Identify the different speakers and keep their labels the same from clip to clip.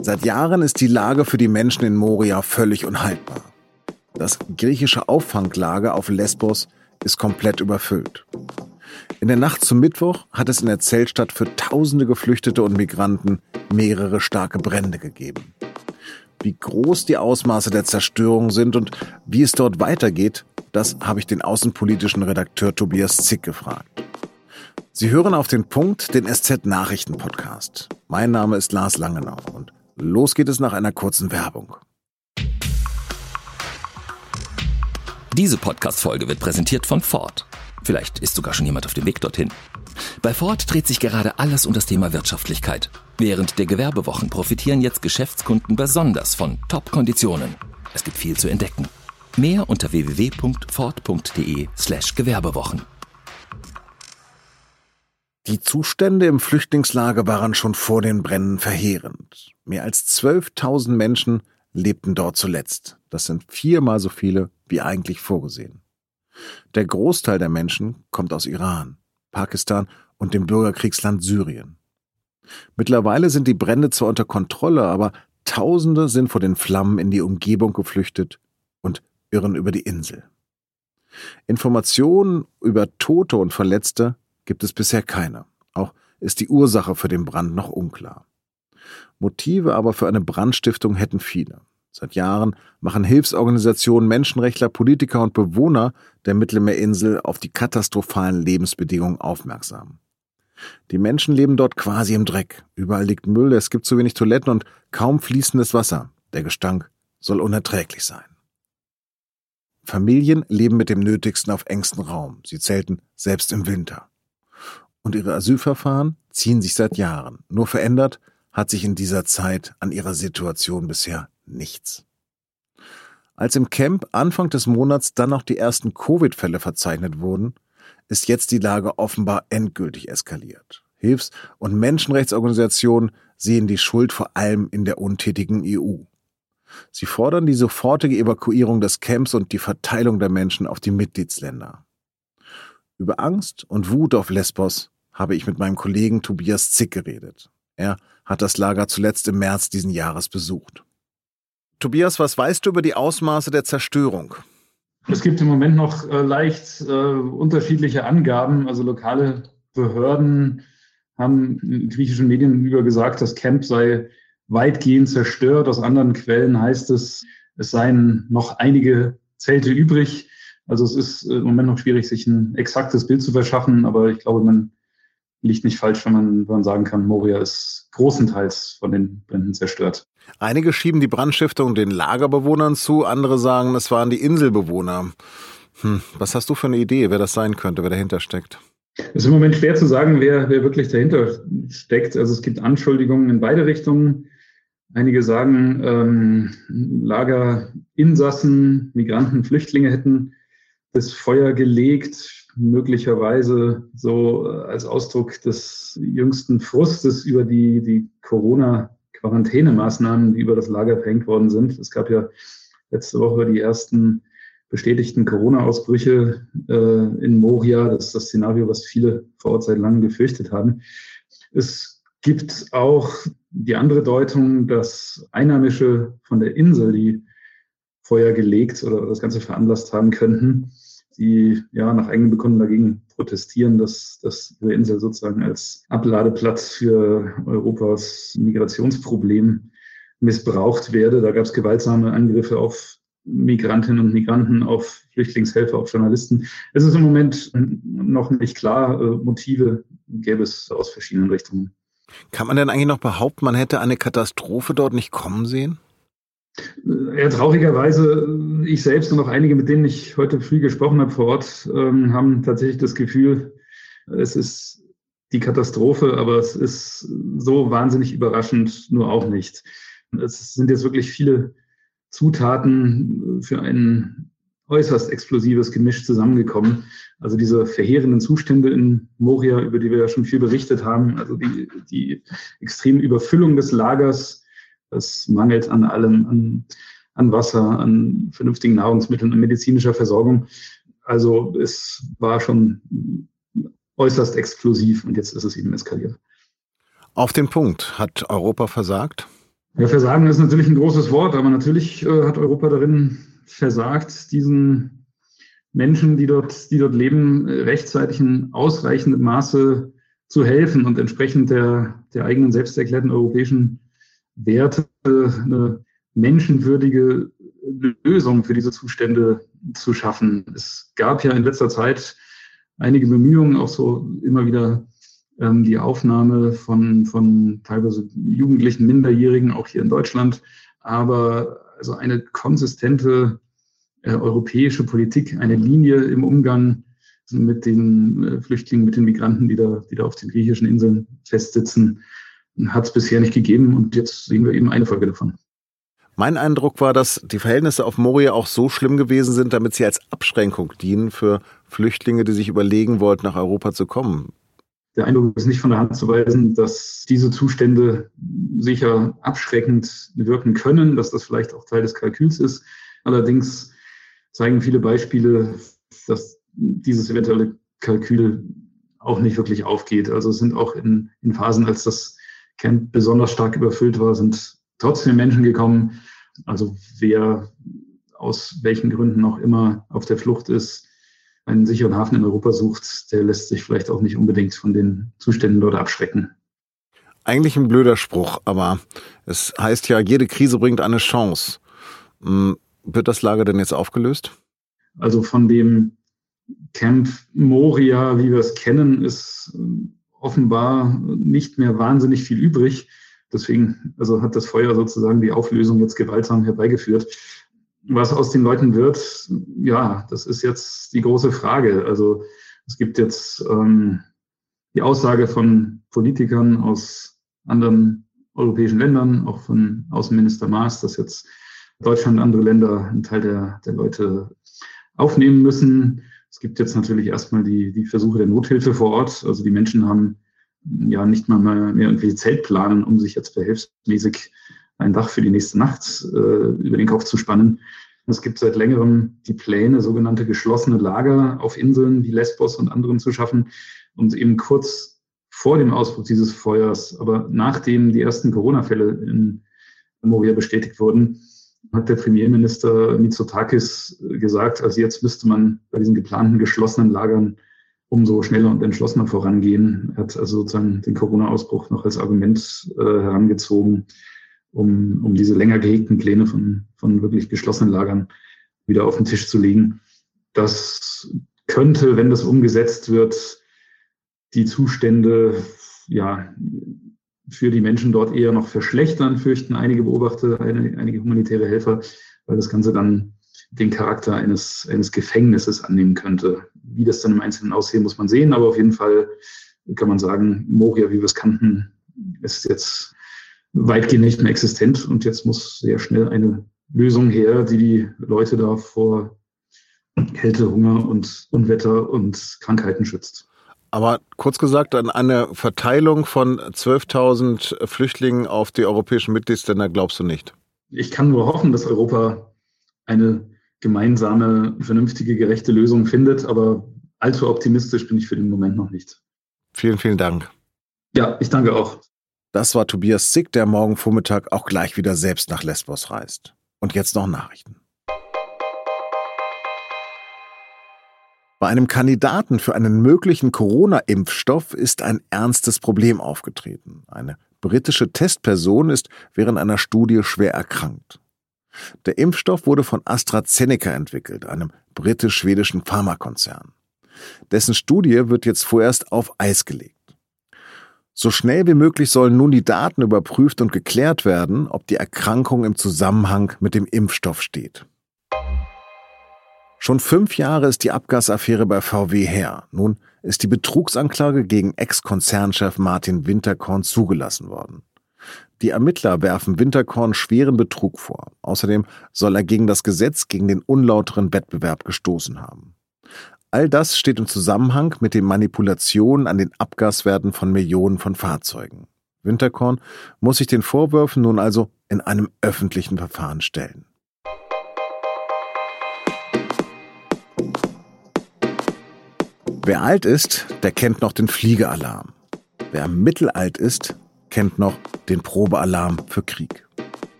Speaker 1: Seit Jahren ist die Lage für die Menschen in Moria völlig unhaltbar. Das griechische Auffanglager auf Lesbos ist komplett überfüllt. In der Nacht zum Mittwoch hat es in der Zeltstadt für tausende Geflüchtete und Migranten mehrere starke Brände gegeben. Wie groß die Ausmaße der Zerstörung sind und wie es dort weitergeht, das habe ich den außenpolitischen Redakteur Tobias Zick gefragt. Sie hören auf den Punkt, den SZ-Nachrichten-Podcast. Mein Name ist Lars Langenau und los geht es nach einer kurzen Werbung.
Speaker 2: Diese Podcast-Folge wird präsentiert von Ford. Vielleicht ist sogar schon jemand auf dem Weg dorthin. Bei Ford dreht sich gerade alles um das Thema Wirtschaftlichkeit. Während der Gewerbewochen profitieren jetzt Geschäftskunden besonders von Top-Konditionen. Es gibt viel zu entdecken. Mehr unter www.ford.de/Gewerbewochen.
Speaker 1: Die Zustände im Flüchtlingslager waren schon vor den Bränden verheerend. Mehr als 12.000 Menschen lebten dort zuletzt. Das sind 4-mal so viele wie eigentlich vorgesehen. Der Großteil der Menschen kommt aus Iran, Pakistan und dem Bürgerkriegsland Syrien. Mittlerweile sind die Brände zwar unter Kontrolle, aber Tausende sind vor den Flammen in die Umgebung geflüchtet und irren über die Insel. Informationen über Tote und Verletzte gibt es bisher keine. Auch ist die Ursache für den Brand noch unklar. Motive aber für eine Brandstiftung hätten viele. Seit Jahren machen Hilfsorganisationen, Menschenrechtler, Politiker und Bewohner der Mittelmeerinsel auf die katastrophalen Lebensbedingungen aufmerksam. Die Menschen leben dort quasi im Dreck. Überall liegt Müll, es gibt zu wenig Toiletten und kaum fließendes Wasser. Der Gestank soll unerträglich sein. Familien leben mit dem Nötigsten auf engstem Raum. Sie zelten selbst im Winter. Und ihre Asylverfahren ziehen sich seit Jahren. Nur verändert hat sich in dieser Zeit an ihrer Situation bisher nichts. Als im Camp Anfang des Monats dann noch die ersten Covid-Fälle verzeichnet wurden, ist jetzt die Lage offenbar endgültig eskaliert. Hilfs- und Menschenrechtsorganisationen sehen die Schuld vor allem in der untätigen EU. Sie fordern die sofortige Evakuierung des Camps und die Verteilung der Menschen auf die Mitgliedsländer. Über Angst und Wut auf Lesbos habe ich mit meinem Kollegen Tobias Zick geredet. Er hat das Lager zuletzt im März diesen Jahres besucht. Tobias, was weißt du über die Ausmaße der Zerstörung?
Speaker 3: Es gibt im Moment noch leicht unterschiedliche Angaben. Also lokale Behörden haben in griechischen Medien über gesagt, das Camp sei weitgehend zerstört. Aus anderen Quellen heißt es, es seien noch einige Zelte übrig. Also es ist im Moment noch schwierig, sich ein exaktes Bild zu verschaffen. Aber ich glaube, man liegt nicht falsch, wenn man sagen kann, Moria ist großenteils von den Bränden zerstört.
Speaker 1: Einige schieben die Brandstiftung den Lagerbewohnern zu, andere sagen, es waren die Inselbewohner. Was hast du für eine Idee, wer das sein könnte, wer dahinter steckt?
Speaker 3: Es ist im Moment schwer zu sagen, wer wirklich dahinter steckt. Also es gibt Anschuldigungen in beide Richtungen. Einige sagen, Lagerinsassen, Migranten, Flüchtlinge hätten das Feuer gelegt, möglicherweise so als Ausdruck des jüngsten Frustes über die Corona-Quarantänemaßnahmen, die über das Lager verhängt worden sind. Es gab ja letzte Woche die ersten bestätigten Corona-Ausbrüche in Moria. Das ist das Szenario, was viele vor Ort seit langem gefürchtet haben. Es gibt auch die andere Deutung, dass Einheimische von der Insel, die Feuer gelegt oder das Ganze veranlasst haben könnten, die ja nach eigenem Bekunden dagegen protestieren, dass ihre Insel sozusagen als Abladeplatz für Europas Migrationsproblem missbraucht werde. Da gab es gewaltsame Angriffe auf Migrantinnen und Migranten, auf Flüchtlingshelfer, auf Journalisten. Es ist im Moment noch nicht klar. Motive gäbe es aus verschiedenen Richtungen.
Speaker 1: Kann man denn eigentlich noch behaupten, man hätte eine Katastrophe dort nicht kommen sehen?
Speaker 3: Ja, traurigerweise, ich selbst und auch einige, mit denen ich heute früh gesprochen habe vor Ort, haben tatsächlich das Gefühl, es ist die Katastrophe, aber es ist so wahnsinnig überraschend nur auch nicht. Es sind jetzt wirklich viele Zutaten für ein äußerst explosives Gemisch zusammengekommen. Also diese verheerenden Zustände in Moria, über die wir ja schon viel berichtet haben, also die extreme Überfüllung des Lagers, es mangelt an allem, an Wasser, an vernünftigen Nahrungsmitteln, an medizinischer Versorgung. Also es war schon äußerst explosiv und jetzt ist es eben eskaliert.
Speaker 1: Auf den Punkt. Hat Europa versagt?
Speaker 3: Ja, Versagen ist natürlich ein großes Wort, aber natürlich hat Europa darin versagt, diesen Menschen, die dort leben, rechtzeitig in ausreichendem Maße zu helfen und entsprechend der eigenen selbst erklärten europäischen Werte eine menschenwürdige Lösung für diese Zustände zu schaffen. Es gab ja in letzter Zeit einige Bemühungen, auch so immer wieder die Aufnahme von teilweise jugendlichen Minderjährigen, auch hier in Deutschland. Aber also eine konsistente europäische Politik, eine Linie im Umgang mit den Flüchtlingen, mit den Migranten, die da auf den griechischen Inseln festsitzen, hat es bisher nicht gegeben. Und jetzt sehen wir eben eine Folge davon.
Speaker 1: Mein Eindruck war, dass die Verhältnisse auf Moria auch so schlimm gewesen sind, damit sie als Abschränkung dienen für Flüchtlinge, die sich überlegen wollten, nach Europa zu kommen.
Speaker 3: Der Eindruck ist nicht von der Hand zu weisen, dass diese Zustände sicher abschreckend wirken können, dass das vielleicht auch Teil des Kalküls ist. Allerdings zeigen viele Beispiele, dass dieses eventuelle Kalkül auch nicht wirklich aufgeht. Also es sind auch in Phasen, als das Camp besonders stark überfüllt war, sind trotzdem Menschen gekommen. Also wer aus welchen Gründen auch immer auf der Flucht ist, einen sicheren Hafen in Europa sucht, der lässt sich vielleicht auch nicht unbedingt von den Zuständen dort abschrecken.
Speaker 1: Eigentlich ein blöder Spruch, aber es heißt ja, jede Krise bringt eine Chance. Wird das Lager denn jetzt aufgelöst?
Speaker 3: Also von dem Camp Moria, wie wir es kennen, ist offenbar nicht mehr wahnsinnig viel übrig. Deswegen hat das Feuer sozusagen die Auflösung jetzt gewaltsam herbeigeführt. Was aus den Leuten wird, ja, das ist jetzt die große Frage. Also es gibt jetzt die Aussage von Politikern aus anderen europäischen Ländern, auch von Außenminister Maas, dass jetzt Deutschland und andere Länder einen Teil der Leute aufnehmen müssen. Es gibt jetzt natürlich erstmal die Versuche der Nothilfe vor Ort. Also die Menschen haben ja nicht mal mehr irgendwelche Zeltplanen, um sich jetzt behelfsmäßig ein Dach für die nächste Nacht über den Kopf zu spannen. Es gibt seit längerem die Pläne, sogenannte geschlossene Lager auf Inseln wie Lesbos und anderen zu schaffen. Und eben kurz vor dem Ausbruch dieses Feuers, aber nachdem die ersten Corona-Fälle in Moria bestätigt wurden, hat der Premierminister Mitsotakis gesagt, also jetzt müsste man bei diesen geplanten geschlossenen Lagern umso schneller und entschlossener vorangehen. Er hat also sozusagen den Corona-Ausbruch noch als Argument herangezogen, um diese länger gehegten Pläne von wirklich geschlossenen Lagern wieder auf den Tisch zu legen. Das könnte, wenn das umgesetzt wird, die Zustände für die Menschen dort eher noch verschlechtern, fürchten einige Beobachter, einige humanitäre Helfer, weil das Ganze dann den Charakter eines Gefängnisses annehmen könnte. Wie das dann im Einzelnen aussehen, muss man sehen, aber auf jeden Fall kann man sagen, Moria, wie wir es kannten, ist jetzt weitgehend nicht mehr existent und jetzt muss sehr schnell eine Lösung her, die Leute da vor Kälte, Hunger und Unwetter und Krankheiten schützt.
Speaker 1: Aber kurz gesagt, an eine Verteilung von 12.000 Flüchtlingen auf die europäischen Mitgliedsländer glaubst du nicht?
Speaker 3: Ich kann nur hoffen, dass Europa eine gemeinsame, vernünftige, gerechte Lösung findet, aber allzu optimistisch bin ich für den Moment noch nicht.
Speaker 1: Vielen, vielen Dank.
Speaker 3: Ja, ich danke auch.
Speaker 1: Das war Tobias Zick, der morgen Vormittag auch gleich wieder selbst nach Lesbos reist. Und jetzt noch Nachrichten. Bei einem Kandidaten für einen möglichen Corona-Impfstoff ist ein ernstes Problem aufgetreten. Eine britische Testperson ist während einer Studie schwer erkrankt. Der Impfstoff wurde von AstraZeneca entwickelt, einem britisch-schwedischen Pharmakonzern. Dessen Studie wird jetzt vorerst auf Eis gelegt. So schnell wie möglich sollen nun die Daten überprüft und geklärt werden, ob die Erkrankung im Zusammenhang mit dem Impfstoff steht. Schon 5 Jahre ist die Abgasaffäre bei VW her. Nun ist die Betrugsanklage gegen Ex-Konzernchef Martin Winterkorn zugelassen worden. Die Ermittler werfen Winterkorn schweren Betrug vor. Außerdem soll er gegen das Gesetz gegen den unlauteren Wettbewerb gestoßen haben. All das steht im Zusammenhang mit den Manipulationen an den Abgaswerten von Millionen von Fahrzeugen. Winterkorn muss sich den Vorwürfen nun also in einem öffentlichen Verfahren stellen. Wer alt ist, der kennt noch den Fliegealarm. Wer mittelalt ist, kennt noch den Probealarm für Krieg.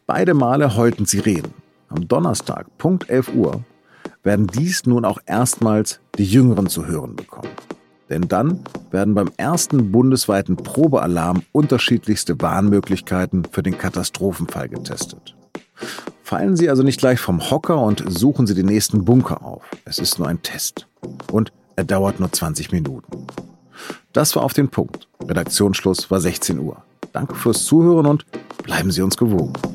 Speaker 1: Beide Male heulten sie Reden. Am Donnerstag, Punkt 11 Uhr, werden dies nun auch erstmals die Jüngeren zu hören bekommen. Denn dann werden beim ersten bundesweiten Probealarm unterschiedlichste Warnmöglichkeiten für den Katastrophenfall getestet. Fallen Sie also nicht gleich vom Hocker und suchen Sie den nächsten Bunker auf. Es ist nur ein Test. Und er dauert nur 20 Minuten. Das war auf den Punkt. Redaktionsschluss war 16 Uhr. Danke fürs Zuhören und bleiben Sie uns gewogen.